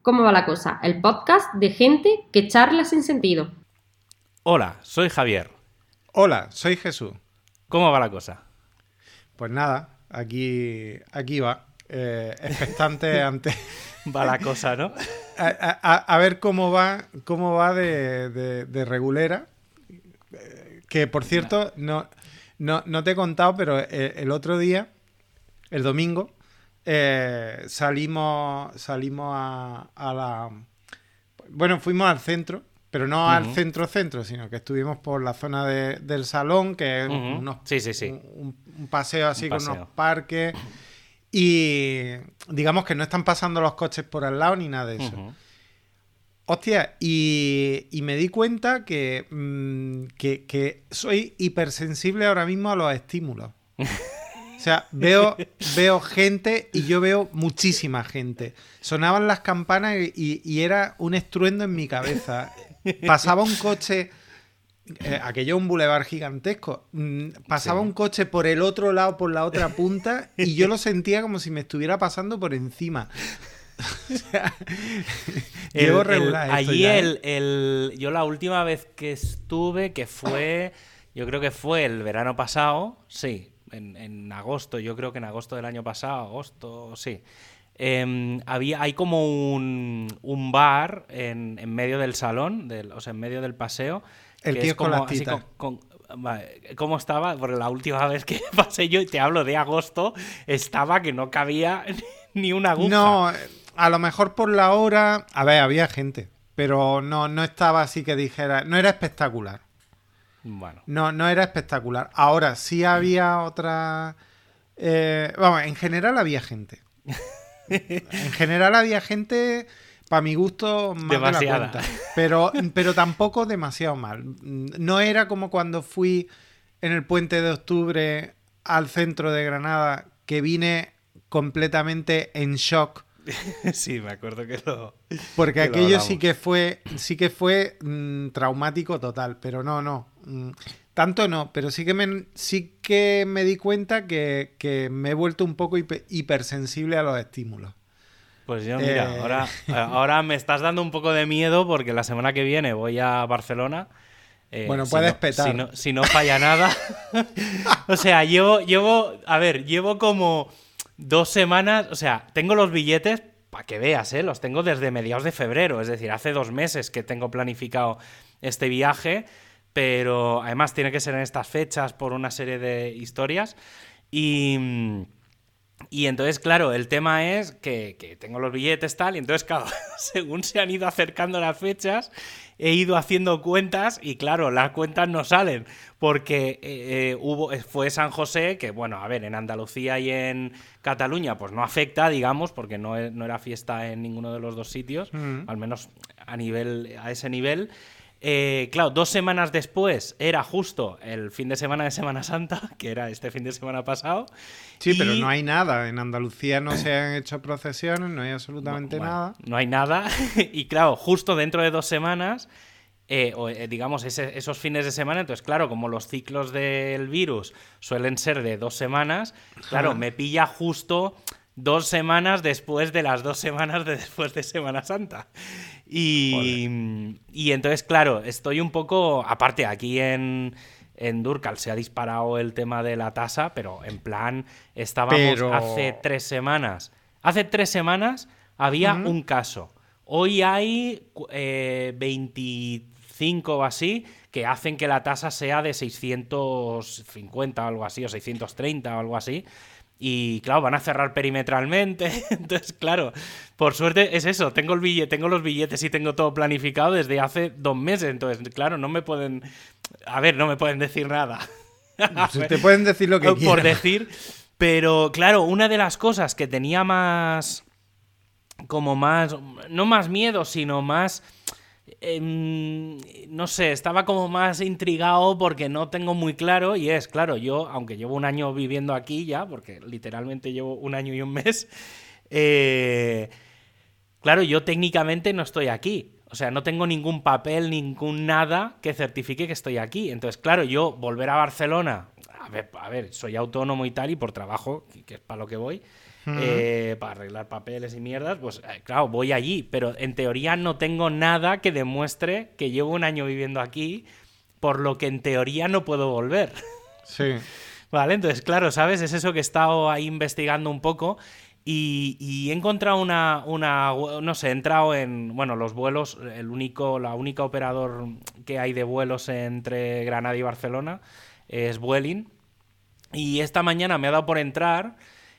¿Cómo va la cosa? El podcast de gente que charla sin sentido. Hola, soy Javier. Hola, soy Jesús. ¿Cómo va la cosa? Pues nada, aquí va. Expectante ante Va la cosa, ¿no? a ver cómo va de regulera. Que por cierto, no te he contado, pero el otro día, el domingo, salimos a la. Bueno, fuimos al centro. Pero no al centro, sino que estuvimos por la zona del Salón, que es Sí. un paseo así Un paseo. con unos parques. Y digamos que no están pasando los coches por al lado ni nada de eso. Hostia, y me di cuenta que soy hipersensible ahora mismo a los estímulos. O sea, veo gente y yo veo muchísima gente. Sonaban las campanas y era un estruendo en mi cabeza. Pasaba un coche, aquello es un bulevar gigantesco, pasaba un coche por el otro lado, por la otra punta, y yo lo sentía como si me estuviera pasando por encima. O sea, llevo regular esto allí ya, yo la última vez que estuve, yo creo que fue el verano pasado, sí, en agosto, yo creo que en agosto del año pasado, agosto, sí. Hay como un bar en medio del salón, o sea, en medio del paseo. El que tío es con como las así titas. vale, ¿cómo estaba? Porque la última vez que pasé yo, y te hablo de agosto, estaba que no cabía ni una aguja. No, a lo mejor por la hora, a ver, había gente, pero no estaba así que dijera, no era espectacular. Bueno. No era espectacular. Ahora sí había otra. Vamos, en general había gente. En general había gente, para mi gusto, más Demasiada. de la cuenta. Pero tampoco demasiado mal. No era como cuando fui en el Puente de Octubre al centro de Granada, que vine completamente en shock. Sí, me acuerdo que lo. Porque que lo aquello hablamos. sí que fue traumático total, pero no. Tanto no, pero sí que me di cuenta que me he vuelto un poco hipersensible a los estímulos. Pues yo, mira, ahora me estás dando un poco de miedo porque la semana que viene voy a Barcelona. Bueno, puedes petar. Si no falla nada. O sea, llevo como 2 semanas. O sea, tengo los billetes, para que veas, los tengo desde mediados de febrero. Es decir, hace 2 meses que tengo planificado este viaje. Pero además tiene que ser en estas fechas por una serie de historias. Y entonces, claro, el tema es que tengo los billetes tal, y entonces, claro, según se han ido acercando las fechas, he ido haciendo cuentas y, claro, las cuentas no salen, porque fue San José, que, bueno, a ver, en Andalucía y en Cataluña, pues no afecta, digamos, porque no era fiesta en ninguno de los dos sitios, al menos a ese nivel. Claro, 2 semanas después era justo el fin de semana de Semana Santa, que era este fin de semana pasado. Sí, pero no hay nada. En Andalucía no se han hecho procesiones, no hay absolutamente nada. No hay nada. Y claro, justo dentro de 2 semanas, digamos, esos fines de semana, entonces, claro, como los ciclos del virus suelen ser de 2 semanas, claro, me pilla justo 2 semanas después de las 2 semanas de después de Semana Santa. Y entonces, claro, estoy un poco. Aparte, aquí en Durcal se ha disparado el tema de la tasa, pero en plan, estábamos hace 3 semanas. Hace 3 semanas había un caso. Hoy hay 25 o así que hacen que la tasa sea de 650 o algo así, o 630 o algo así. Y claro, van a cerrar perimetralmente. Entonces, claro, por suerte es eso. Tengo los billetes y tengo todo planificado desde hace 2 meses. Entonces, claro, no me pueden decir nada. Te pueden decir lo que quieran. Por decir. Pero, claro, una de las cosas que tenía no más miedo, sino más. No sé, estaba como más intrigado porque no tengo muy claro. Y es, claro, yo, aunque llevo un año viviendo aquí ya, porque literalmente llevo un año y un mes, claro, yo técnicamente no estoy aquí. O sea, no tengo ningún papel, ningún nada que certifique que estoy aquí. Entonces, claro, yo volver a Barcelona, a ver, soy autónomo y tal, y por trabajo, que es para lo que voy, para arreglar papeles y mierdas, pues claro, voy allí, pero en teoría no tengo nada que demuestre que llevo un año viviendo aquí, por lo que en teoría no puedo volver. Sí. Vale, entonces, claro, ¿sabes? Es eso que he estado ahí investigando un poco y he encontrado no sé, he entrado en, bueno, los vuelos, la única operador que hay de vuelos entre Granada y Barcelona es Vueling. Y esta mañana me ha dado por entrar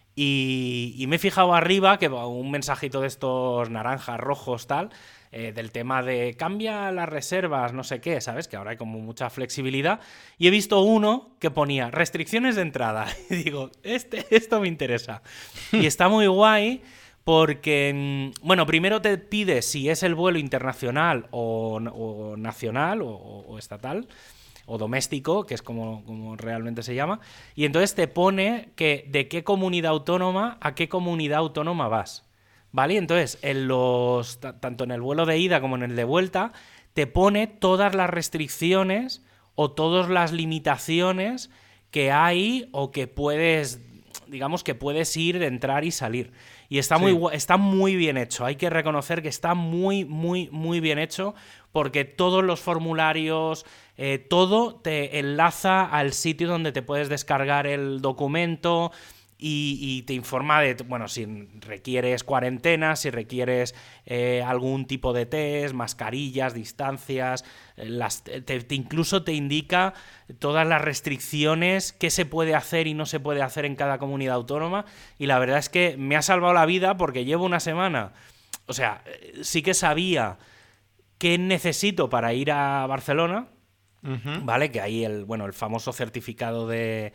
y me he fijado arriba que un mensajito de estos naranjas, rojos, tal, del tema de cambia las reservas, no sé qué, ¿sabes? Que ahora hay como mucha flexibilidad. Y he visto uno que ponía restricciones de entrada. Y digo, esto me interesa. Y está muy guay porque, bueno, primero te pide si es el vuelo internacional o nacional o estatal, o doméstico, que es como realmente se llama, y entonces te pone que de qué comunidad autónoma a qué comunidad autónoma vas, ¿vale? Entonces, tanto en el vuelo de ida como en el de vuelta, te pone todas las restricciones o todas las limitaciones que hay o que puedes, digamos, que puedes ir, entrar y salir. Y está muy bien hecho. Hay que reconocer que está muy, muy, muy bien hecho porque todos los formularios, todo te enlaza al sitio donde te puedes descargar el documento y te informa de, bueno, si requieres cuarentena, si requieres algún tipo de test, mascarillas, distancias, incluso te indica todas las restricciones, qué se puede hacer y no se puede hacer en cada comunidad autónoma, y la verdad es que me ha salvado la vida porque llevo una semana, o sea, sí que sabía qué necesito para ir a Barcelona, ¿vale? Que hay el famoso certificado de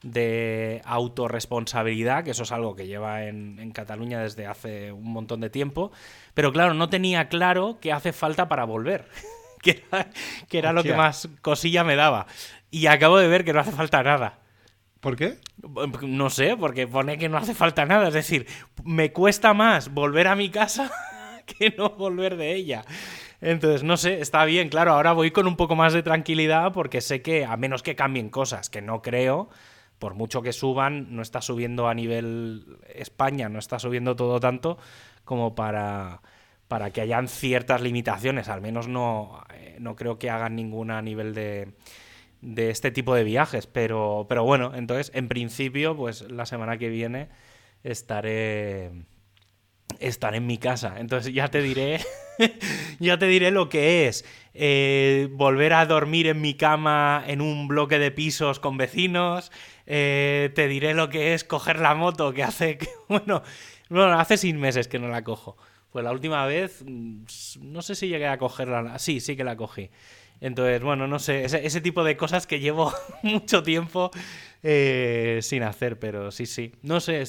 autorresponsabilidad, que eso es algo que lleva en Cataluña desde hace un montón de tiempo, pero claro, no tenía claro qué hace falta para volver, que era lo que más cosilla me daba. Y acabo de ver que no hace falta nada. ¿Por qué? No sé, porque pone que no hace falta nada, es decir, me cuesta más volver a mi casa que no volver de ella. Entonces, no sé, está bien, claro, ahora voy con un poco más de tranquilidad porque sé que, a menos que cambien cosas, que no creo, por mucho que suban, no está subiendo a nivel España, no está subiendo todo tanto como para que hayan ciertas limitaciones, al menos no creo que hagan ninguna a nivel de este tipo de viajes, pero bueno, entonces, en principio, pues la semana que viene estaré en mi casa, entonces ya te diré lo que es volver a dormir en mi cama en un bloque de pisos con vecinos, te diré lo que es coger la moto que hace hace 6 meses que no la cojo, pues la última vez no sé si llegué a cogerla, sí que la cogí. Entonces, bueno, no sé, ese tipo de cosas que llevo mucho tiempo sin hacer, pero sí, no sé,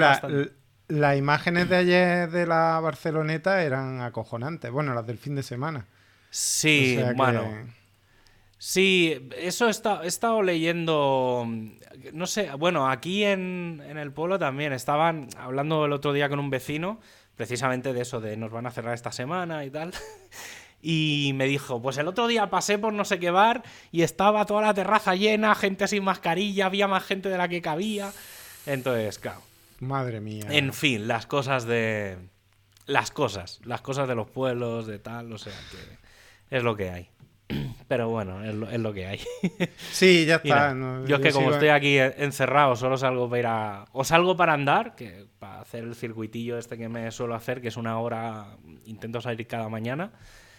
las imágenes de ayer de la Barceloneta eran acojonantes. Bueno, las del fin de semana. Sí, o sea bueno. Sí, eso he estado leyendo. No sé, bueno, aquí en el pueblo también estaban hablando el otro día con un vecino, precisamente de eso, de nos van a cerrar esta semana y tal. Y me dijo, pues el otro día pasé por no sé qué bar y estaba toda la terraza llena, gente sin mascarilla, había más gente de la que cabía. Entonces, claro. Madre mía. En fin, las cosas de los pueblos, de tal, o sea, que es lo que hay. Pero bueno, es lo que hay. Sí, ya está. Yo es que como estoy aquí encerrado, solo salgo para andar, que para hacer el circuitillo este que me suelo hacer, que es 1 hora, intento salir cada mañana,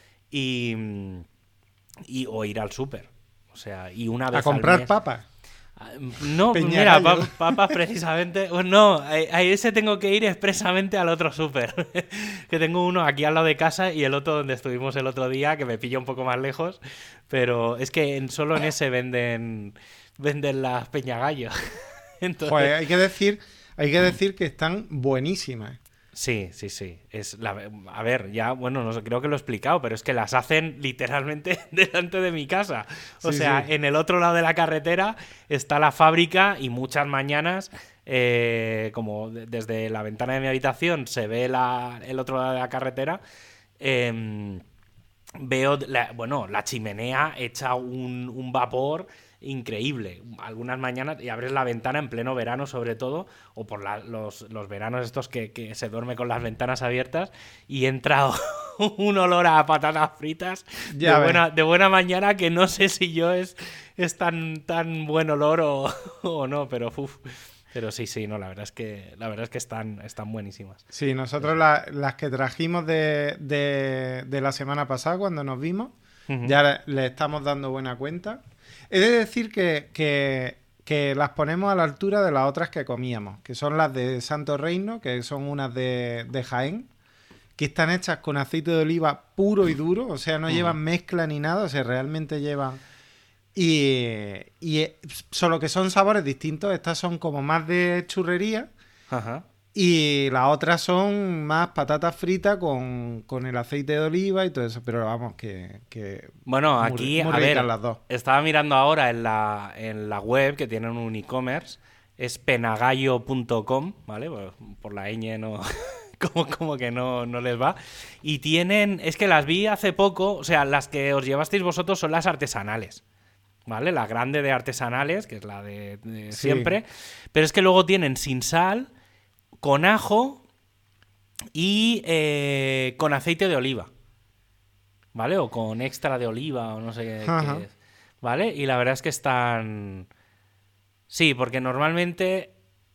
o ir al súper. O sea, y una vez a comprar al mes. papas. No, mira, papas precisamente. No, a ese tengo que ir expresamente al otro súper. Que tengo uno aquí al lado de casa y el otro donde estuvimos el otro día, que me pilla un poco más lejos. Pero es que solo en ese venden las peñagallos. Entonces... Joder, hay que decir que están buenísimas. Sí. A ver, ya, bueno, no sé, creo que lo he explicado, pero es que las hacen literalmente delante de mi casa. O sea, en el otro lado de la carretera está la fábrica y muchas mañanas, como desde la ventana de mi habitación se ve el otro lado de la carretera, veo la chimenea echa un vapor increíble. Algunas mañanas, y abres la ventana en pleno verano sobre todo, o por los veranos estos que se duerme con las ventanas abiertas, y entra un olor a patatas fritas de buena mañana que no sé si yo es tan buen olor o no, pero uff. Pero sí, no, la verdad es que están buenísimas. Sí, nosotros las que trajimos de la semana pasada cuando nos vimos, ya le estamos dando buena cuenta. He de decir que las ponemos a la altura de las otras que comíamos, que son las de Santo Reino, que son unas de Jaén, que están hechas con aceite de oliva puro y duro, o sea, no llevan mezcla ni nada, o sea, realmente llevan... Y solo que son sabores distintos. Estas son como más de churrería. Ajá. Y las otras son más patatas fritas con el aceite de oliva y todo eso. Pero vamos, que bueno, aquí, muy a ver, las dos. Estaba mirando ahora en la web, que tienen un e-commerce, es penagallo.com, ¿vale? Por la ñ no... como que no les va. Y tienen... Es que las vi hace poco, o sea, las que os llevasteis vosotros son las artesanales. ¿Vale? La grande de artesanales, que es la de siempre. Pero es que luego tienen sin sal, con ajo y con aceite de oliva. ¿Vale? O con extra de oliva o no sé qué es. ¿Vale? Y la verdad es que están... Sí, porque normalmente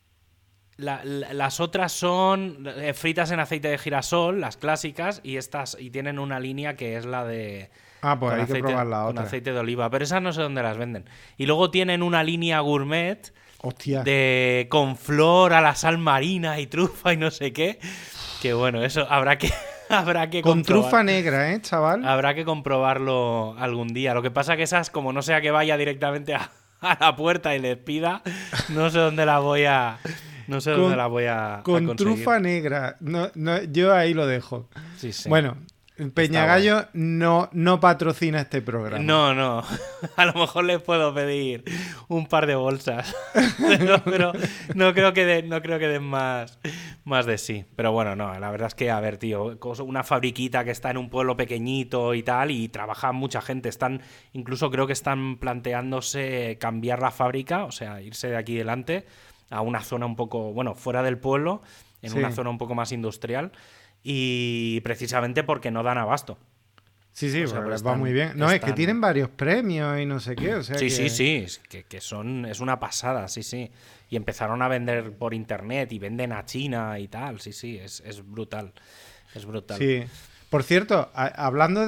las otras son fritas en aceite de girasol, las clásicas, y tienen una línea que es la de... Ah, pues hay que probar la otra. Con aceite de oliva, pero esas no sé dónde las venden. Y luego tienen una línea gourmet. Hostia. Con flor a la sal marina y trufa y no sé qué. Que bueno, eso habrá que con trufa negra, chaval. Habrá que comprobarlo algún día. Lo que pasa que esas, como no sea que vaya directamente a la puerta y les pida, no sé dónde la voy a... No sé dónde la voy a con trufa negra. No, yo ahí lo dejo. Sí. Bueno, Peñagallo no patrocina este programa. No. A lo mejor les puedo pedir un par de bolsas. pero no creo que den más de sí. Pero bueno, no, la verdad es que, a ver, tío, una fabriquita que está en un pueblo pequeñito y tal, y trabaja mucha gente. Incluso creo que están planteándose cambiar la fábrica, o sea, irse de aquí delante a una zona un poco, bueno, fuera del pueblo, en una zona un poco más industrial. Y precisamente porque no dan abasto. Sí, o sea, les va muy bien. No, es que tienen varios premios y no sé qué. O sea sí. Es una pasada, sí. Y empezaron a vender por internet y venden a China y tal. Sí, es brutal. Es brutal. Sí. Por cierto, hablando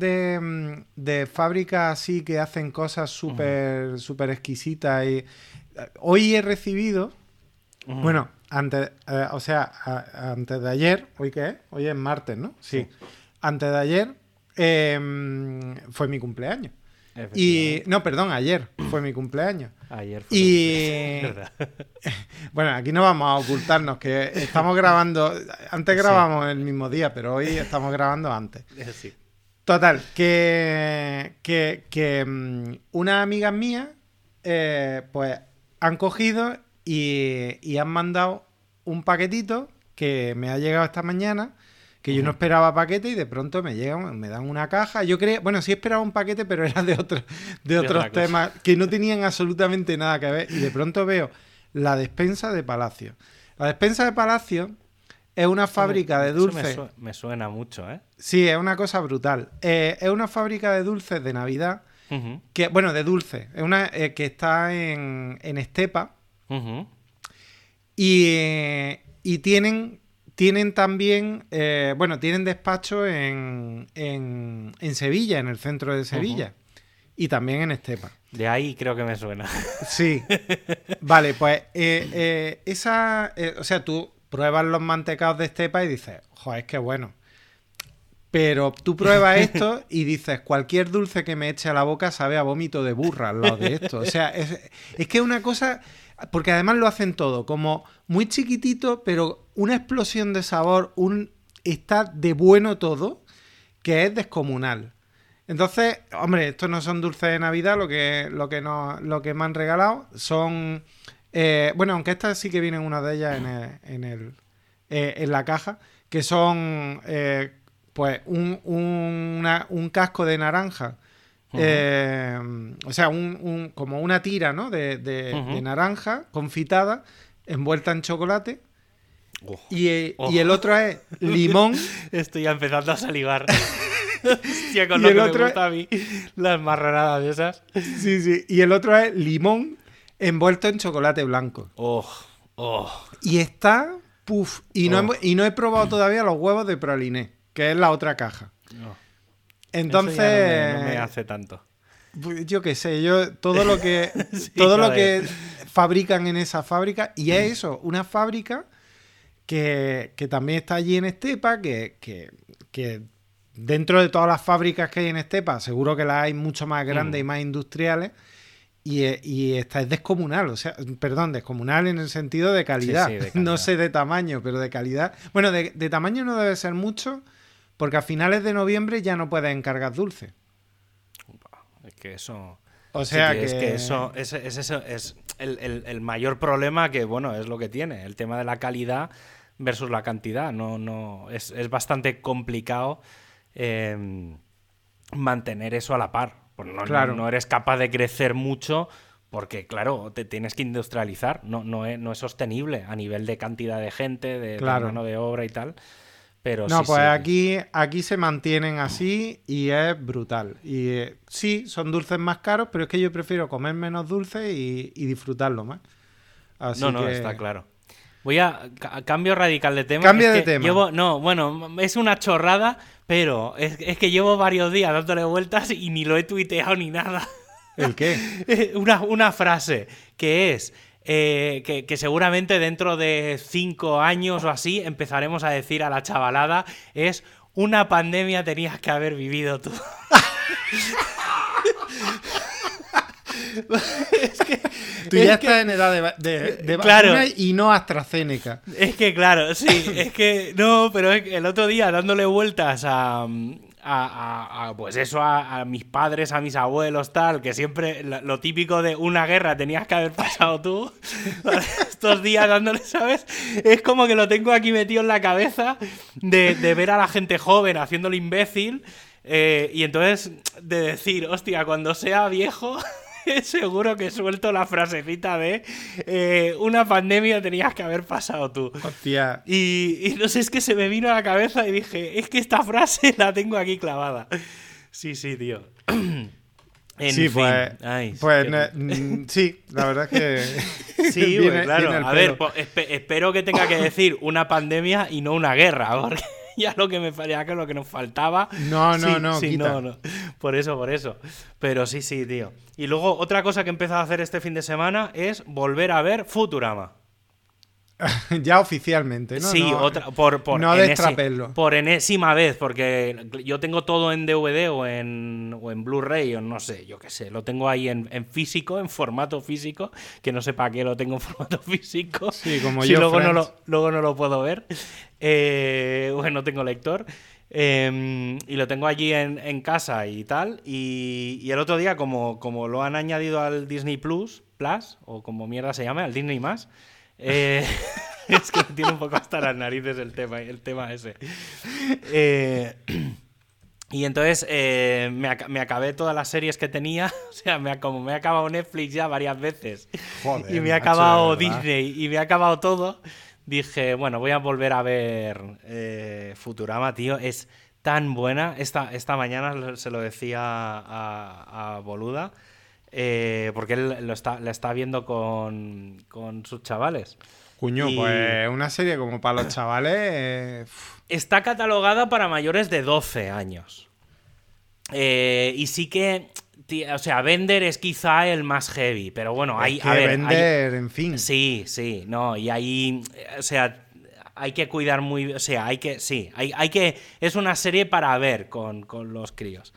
de fábricas así que hacen cosas súper exquisitas, hoy he recibido, bueno, antes de ayer, ¿hoy qué es? Hoy es martes, ¿no? Sí. Antes de ayer fue mi cumpleaños. Ayer fue mi cumpleaños. Ayer fue verdad. Bueno, aquí no vamos a ocultarnos, que estamos grabando. Antes grabamos el mismo día, pero hoy estamos grabando antes. Sí. Total, que unas amigas mías, pues han cogido y han mandado un paquetito que me ha llegado esta mañana, que yo no esperaba paquete, y de pronto me dan una caja. Yo creía, bueno, sí esperaba un paquete, pero era de otros temas que no tenían absolutamente nada que ver, y de pronto veo la despensa de Palacio. La despensa de Palacio es una fábrica de dulces. Me suena mucho, ¿eh? Sí, es una cosa brutal. Es una fábrica de dulces de Navidad, de dulces. Es una que está en Estepa. Y tienen también, tienen despacho en Sevilla, en el centro de Sevilla. Y también en Estepa. De ahí creo que me suena. Sí. Vale, pues tú pruebas los mantecados de Estepa y dices, joder, es que bueno. Pero tú pruebas esto y dices, cualquier dulce que me eche a la boca sabe a vómito de burra al lado de esto. O sea, es que es una cosa... Porque además lo hacen todo como muy chiquitito, pero una explosión de sabor, está de bueno todo, que es descomunal. Entonces, hombre, estos no son dulces de Navidad, lo que me han regalado son... aunque estas sí que vienen una de ellas en la caja, que son un casco de naranja O sea, como una tira, ¿no? De naranja confitada, envuelta en chocolate. Y el otro es limón. Estoy ya empezando a salivar. Hostia, con lo que me gusta a mí. Las marranadas de esas. Sí. Y el otro es limón envuelto en chocolate blanco. Y está... Puf. Y no he probado todavía los huevos de praliné, que es la otra caja. Entonces... Eso ya no me hace tanto. Yo qué sé, todo lo que Sí, lo que fabrican en esa fábrica, y es eso, una fábrica que también está allí en Estepa, que dentro de todas las fábricas que hay en Estepa, seguro que las hay mucho más grandes y más industriales, y esta es descomunal, o sea, perdón, descomunal en el sentido de calidad. Sí, de calidad. No sé de tamaño, pero de calidad. Bueno, de tamaño no debe ser mucho, porque a finales de noviembre ya no puedes encargar dulce. Es que eso... O sea sí, es que eso es el mayor problema, que bueno, es lo que tiene, el tema de la calidad versus la cantidad. No es bastante complicado mantener eso a la par. Pues Claro. No eres capaz de crecer mucho porque, claro, te tienes que industrializar. No es sostenible a nivel de cantidad de gente, de mano de obra y tal. Pero no, sí, pues sí. aquí se mantienen así y es brutal. Y sí, son dulces más caros, pero es que yo prefiero comer menos dulces y disfrutarlo más. Así que... Está claro. Voy a cambio radical de tema. Cambia de tema. Es una chorrada, pero es que llevo varios días dándole vueltas y ni lo he tuiteado ni nada. ¿El qué? Una frase que es... que seguramente dentro de 5 años o así empezaremos a decir a la chavalada, es: una pandemia tenías que haber vivido tú. Tú ya estás en edad de claro, vacuna y no AstraZeneca. Es que claro, sí, es que no, pero es que el otro día dándole vueltas pues eso, a mis padres, a mis abuelos, tal, que siempre lo típico de una guerra tenías que haber pasado tú. Estos días dándole, ¿sabes? Es como que lo tengo aquí metido en la cabeza de ver a la gente joven haciéndolo imbécil, y entonces de decir, hostia, cuando sea viejo seguro que suelto la frasecita de una pandemia tenías que haber pasado tú. Hostia. Y no sé, es que se me vino a la cabeza y dije, es que esta frase la tengo aquí clavada. Sí, tío. Sí, fin. Sí, la verdad es que... Sí, viene, claro. viene A ver, espero que tenga que decir una pandemia y no una guerra, porque ya lo que nos faltaba. No, quita. No. Por eso. Pero sí, tío. Y luego, otra cosa que he empezado a hacer este fin de semana es volver a ver Futurama. Ya oficialmente, ¿no? Sí, no destraperlo. Por enésima vez, porque yo tengo todo en DVD o en Blu-ray o no sé, yo qué sé. Lo tengo ahí en físico, en formato físico, que no sé para qué lo tengo en formato físico. Sí, como si yo, luego no lo puedo ver. Bueno, tengo lector. Y lo tengo allí en casa y tal. Y el otro día, como lo han añadido al Disney Plus, o como mierda se llama, al Disney+, es que me tiene un poco hasta las narices el tema ese. Y entonces me acabé todas las series que tenía. O sea, como me ha acabado Netflix ya varias veces. Joder, y me ha acabado Disney y me ha acabado todo. Dije, bueno, voy a volver a ver Futurama, tío. Es tan buena. Esta mañana se lo decía a Boluda, porque él la está viendo con sus chavales. Cuño, pues una serie como para los chavales... Está catalogada para mayores de 12 años. Y sí que... O sea, Bender es quizá el más heavy, pero bueno, hay... Bender, en fin. Sí, no, y ahí... O sea, hay que cuidar muy... O sea, hay que... Sí, hay que... Es una serie para ver con los críos.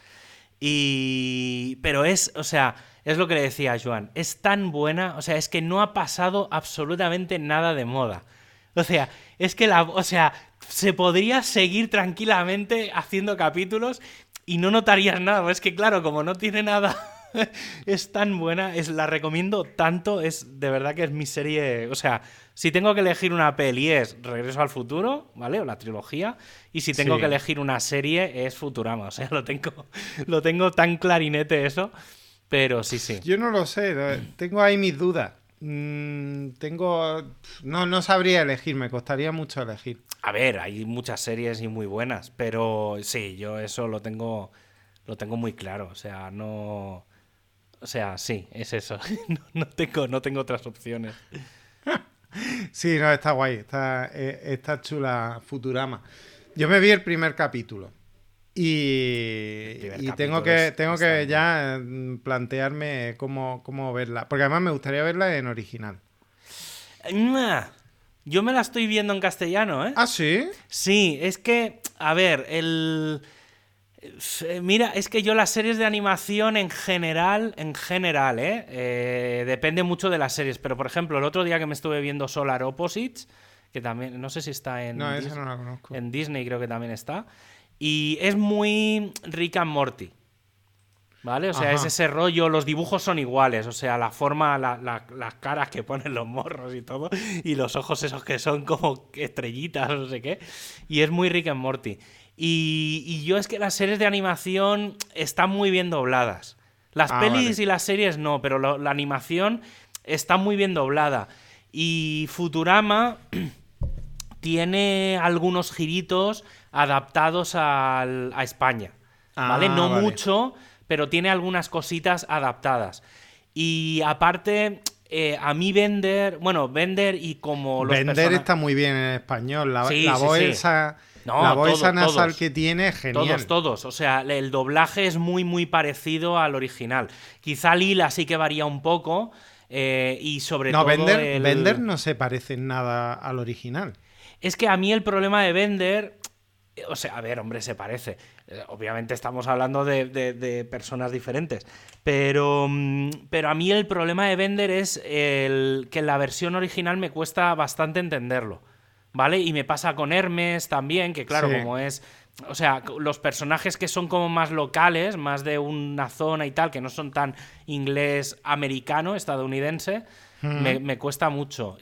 Pero es... O sea, es lo que le decía a Joan. Es tan buena... O sea, es que no ha pasado absolutamente nada de moda. O sea, es que O sea, se podría seguir tranquilamente haciendo capítulos y no notarías nada. Es que claro, como no tiene nada Es tan buena, la recomiendo tanto, de verdad que es mi serie. O sea, si tengo que elegir una peli es Regreso al Futuro, ¿vale? O la trilogía. Y si tengo que elegir una serie es Futurama. O sea, lo tengo tan clarinete eso. Pero sí. Yo no lo sé, tengo ahí mis dudas. No sabría elegir, me costaría mucho elegir. A ver, hay muchas series y muy buenas, pero sí, yo eso lo tengo muy claro. O sea, no. O sea, sí, es eso. No tengo otras opciones. Sí, no, está guay, está chula Futurama. Yo me vi el primer capítulo y tengo que ya plantearme cómo verla, porque además me gustaría verla en original. Yo me la estoy viendo en castellano, ¿eh? ¿Ah, sí? Sí, es que, a ver, mira, es que yo las series de animación en general, depende mucho de las series. Pero, por ejemplo, el otro día que me estuve viendo Solar Opposites, que también, no sé si está en... No, esa no la conozco. En Disney creo que también está. Y es muy Rick and Morty, ¿vale? O sea, Ajá. es ese rollo, los dibujos son iguales, o sea, la forma, las caras que ponen los morros y todo, y los ojos esos que son como estrellitas o no sé qué, y es muy Rick and Morty. Y yo es que las series de animación están muy bien dobladas. Las pelis vale. y las series no, pero la animación está muy bien doblada. Y Futurama tiene algunos giritos adaptados a España, ¿vale? No vale. mucho, pero tiene algunas cositas adaptadas. Y aparte, a mí Bender y como los Bender está muy bien en español. La voz sí. esa... No, la voz esa todos. nasal que tiene es genial. Todos. O sea, el doblaje es muy, muy parecido al original. Quizá Lila sí que varía un poco. Y sobre todo. Bender no se parece en nada al original. Es que a mí el problema de Bender. O sea, a ver, hombre, se parece. Obviamente estamos hablando de personas diferentes. Pero a mí el problema de Bender es que en la versión original me cuesta bastante entenderlo. ¿Vale? Y me pasa con Hermes también, que claro, como es... O sea, los personajes que son como más locales, más de una zona y tal, que no son tan inglés americano, estadounidense, me cuesta mucho.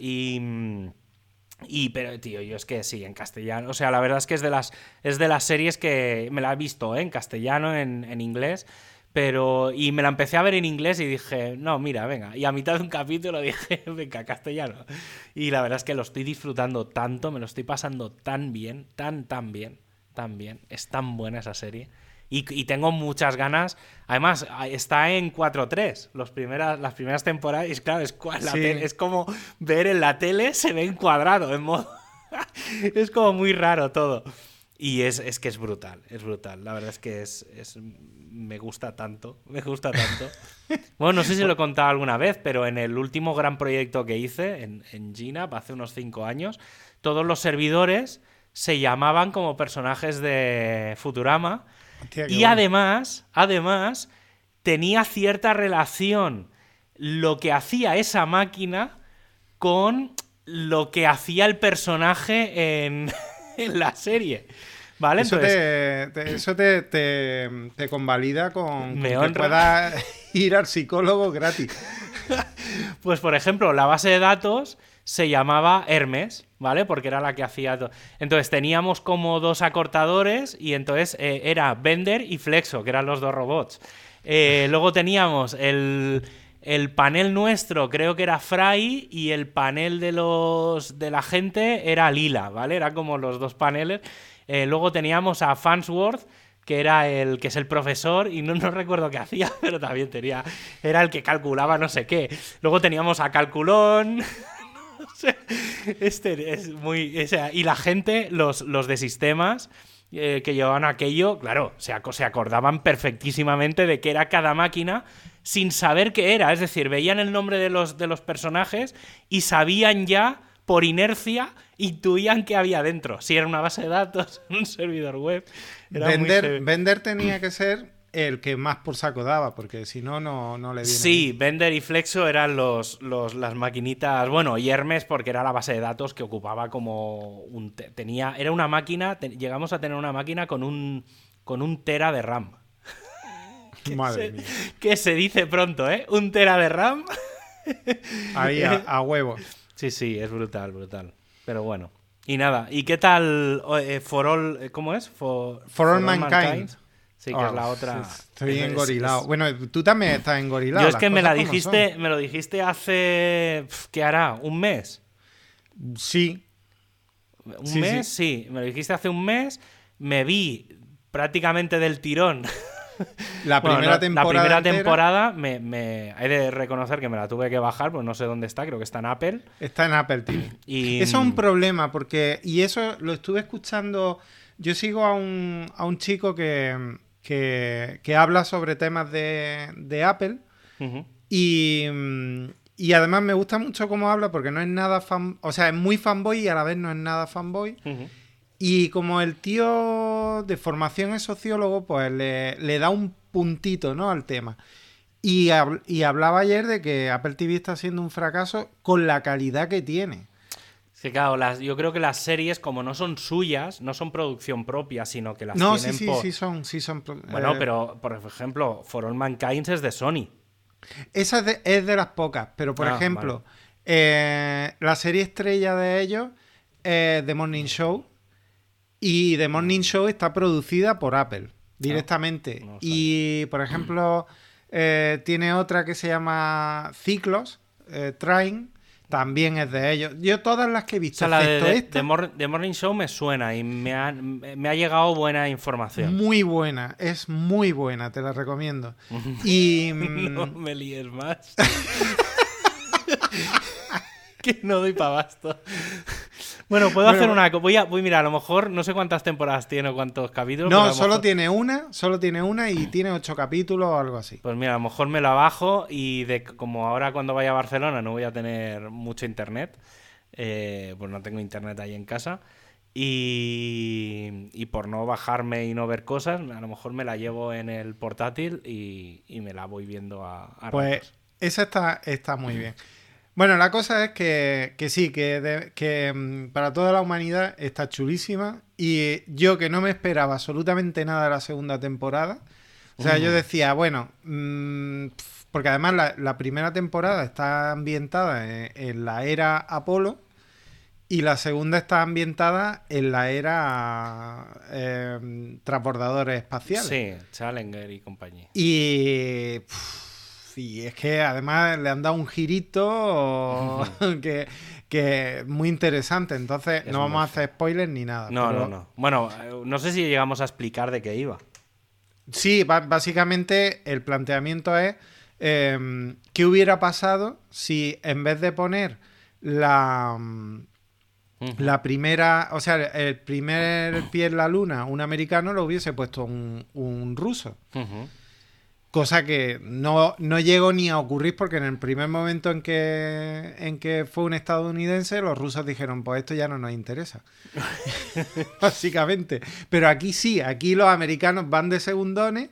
Pero, tío, yo es que sí, en castellano... O sea, la verdad es que es de las series que me la he visto, en castellano, en inglés... Y me la empecé a ver en inglés y dije, no, mira, venga. Y a mitad de un capítulo dije, venga, castellano. Y la verdad es que lo estoy disfrutando tanto, me lo estoy pasando tan bien, tan bien. Es tan buena esa serie. Y tengo muchas ganas. Además, está en 4:3, las primeras temporadas. Y claro, es como ver en la tele, se ve en cuadrado, en modo... Es como muy raro todo. Y es que es brutal. La verdad es que me gusta tanto. Bueno, no sé si lo he contado alguna vez, pero en el último gran proyecto que hice en GNAP, hace unos 5 años, todos los servidores se llamaban como personajes de Futurama. Hostia, y bueno. además, tenía cierta relación lo que hacía esa máquina con lo que hacía el personaje en la serie. ¿Vale? Eso te convalida con que puedas ir al psicólogo gratis. Pues, por ejemplo, la base de datos se llamaba Hermes, ¿vale? Porque era la que hacía todo. Entonces teníamos como 2 acortadores y entonces era Bender y Flexo, que eran los 2 robots. Luego teníamos el panel nuestro, creo que era Fry, y el panel de la gente era Lila, ¿vale? Eran como los 2 paneles. Luego teníamos a Farnsworth, que era que es el profesor, y no recuerdo qué hacía, pero también era el que calculaba no sé qué. Luego teníamos a Calculón. Es muy... O sea, y la gente, los de sistemas que llevaban aquello, claro, se acordaban perfectísimamente de qué era cada máquina sin saber qué era. Es decir, veían el nombre de los personajes y sabían ya, por inercia, intuían qué había dentro. Si era una base de datos, un servidor web. Bender tenía que ser el que más por saco daba, porque si no le viene. Sí, bien. Bender y Flexo eran las maquinitas. Bueno, y Hermes porque era la base de datos que ocupaba como era una máquina. Llegamos a tener una máquina con un tera de RAM. Madre mía. Que se dice pronto, ¿eh? 1 tera de RAM. Ahí a huevo. Sí, es brutal, brutal. Pero bueno. Y nada, ¿y qué tal For All, ¿cómo es? For All Mankind. Sí, que es la otra. Estoy engorilado. Bueno, tú también estás engorilado. Yo es que me lo dijiste hace, ¿qué hará? ¿Un mes? Sí. ¿Un mes? Sí, me lo dijiste hace un mes. Me vi prácticamente del tirón. La primera temporada he de reconocer que me la tuve que bajar, pues no sé dónde está, creo que está en Apple. Está en Apple TV. Y... Eso es un problema, porque... Y eso lo estuve escuchando... Yo sigo a un chico que habla sobre temas de Apple. Uh-huh. Y además me gusta mucho cómo habla, porque no es nada o sea, es muy fanboy y a la vez no es nada fanboy. Uh-huh. Y como el tío de formación es sociólogo, pues le da un puntito, ¿no?, al tema. Y hablaba ayer de que Apple TV está siendo un fracaso con la calidad que tiene. Sí, claro, yo creo que las series, como no son suyas, no son producción propia, sino que las tienen sí son. Bueno, pero, por ejemplo, For All Mankind es de Sony. Esa es de las pocas, pero por ejemplo, vale. La serie estrella de ellos es The Morning Show. Y The Morning Show está producida por Apple directamente. No y, por ejemplo, tiene otra que se llama Ciclos, Train, también es de ellos. Yo todas las que he visto, o sea, The Morning Show me suena y me ha llegado buena información. Muy buena, es muy buena, te la recomiendo. Y no me líes más. Que no doy para abasto. Bueno, puedo hacer una... Voy, mira, a lo mejor no sé cuántas temporadas tiene o cuántos capítulos. No, solo tiene una y tiene 8 capítulos o algo así. Pues mira, a lo mejor me la bajo y como ahora cuando vaya a Barcelona no voy a tener mucho internet, pues no tengo internet ahí en casa, y por no bajarme y no ver cosas, a lo mejor me la llevo en el portátil y me la voy viendo a pues ratos. Esa está muy bien. Bueno, la cosa es que sí, que para toda la humanidad está chulísima. Y yo, que no me esperaba absolutamente nada de la segunda temporada. O sea, yo decía, bueno, porque además la primera temporada está ambientada en la era Apolo y la segunda está ambientada en la era transbordadores espaciales. Sí, Challenger y compañía. Y es que además le han dado un girito que es muy interesante. Entonces no vamos a hacer spoilers ni nada. No. Bueno, no sé si llegamos a explicar de qué iba. Sí, básicamente el planteamiento es ¿qué hubiera pasado si en vez de poner la primera, o sea, el primer pie en la luna, un americano, lo hubiese puesto un ruso? Uh-huh. Cosa que no llegó ni a ocurrir, porque en el primer momento en que fue un estadounidense, los rusos dijeron, pues esto ya no nos interesa. Básicamente. Pero aquí sí, aquí los americanos van de segundones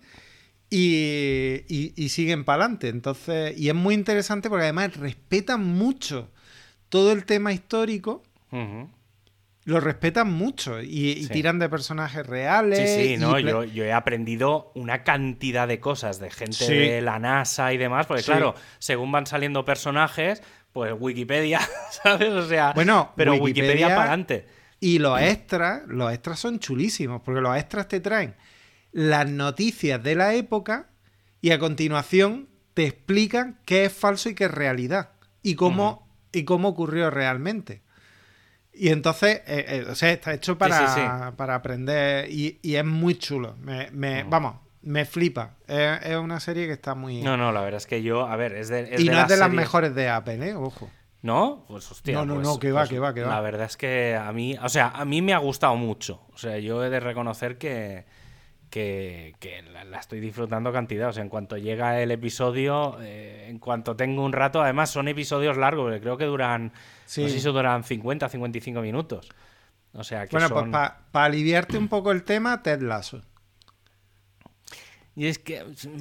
y siguen para adelante. Entonces, y es muy interesante porque además respetan mucho todo el tema histórico. Uh-huh. Lo respetan mucho y tiran de personajes reales. Sí, no, yo he aprendido una cantidad de cosas de gente de la NASA y demás, porque claro, según van saliendo personajes, pues Wikipedia, ¿sabes? O sea, bueno, pero Wikipedia para adelante. Y los extras son chulísimos, porque los extras te traen las noticias de la época y a continuación te explican qué es falso y qué es realidad y cómo ocurrió realmente. Y entonces, o sea, está hecho para aprender y es muy chulo. Me flipa. Es una serie que está muy... No, la verdad es que yo, a ver, es de y no es de las mejores de Apple, ojo. ¿No? Pues hostia. No, que va. La verdad es que a mí me ha gustado mucho. O sea, yo he de reconocer que la estoy disfrutando cantidad. O sea, en cuanto llega el episodio, en cuanto tengo un rato, además son episodios largos, porque creo que duran, no sé si duran 50, 55 minutos. O sea, que bueno, pues para aliviarte un poco el tema, Ted Lasso. Y es que...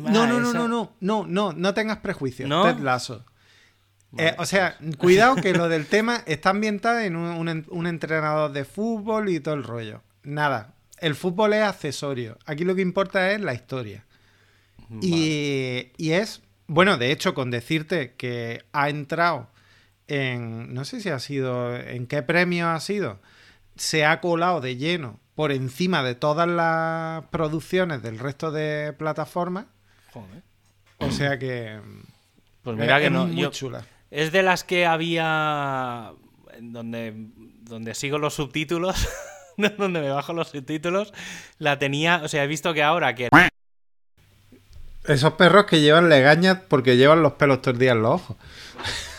No tengas prejuicios. ¿No? Ted Lasso. O sea, cuidado que lo del tema está ambientado en un entrenador de fútbol y todo el rollo. Nada. El fútbol es accesorio. Aquí lo que importa es la historia. Y es, bueno, de hecho, con decirte que ha entrado en, no sé si ha sido, en qué premio ha sido, se ha colado de lleno por encima de todas las producciones del resto de plataformas. Joder. O sea que... Pues mira que no, muy chula. Es de las que había donde sigo los subtítulos, donde me bajo los subtítulos, la tenía, o sea, he visto que ahora que... Esos perros que llevan legañas porque llevan los pelos todo el día en los ojos.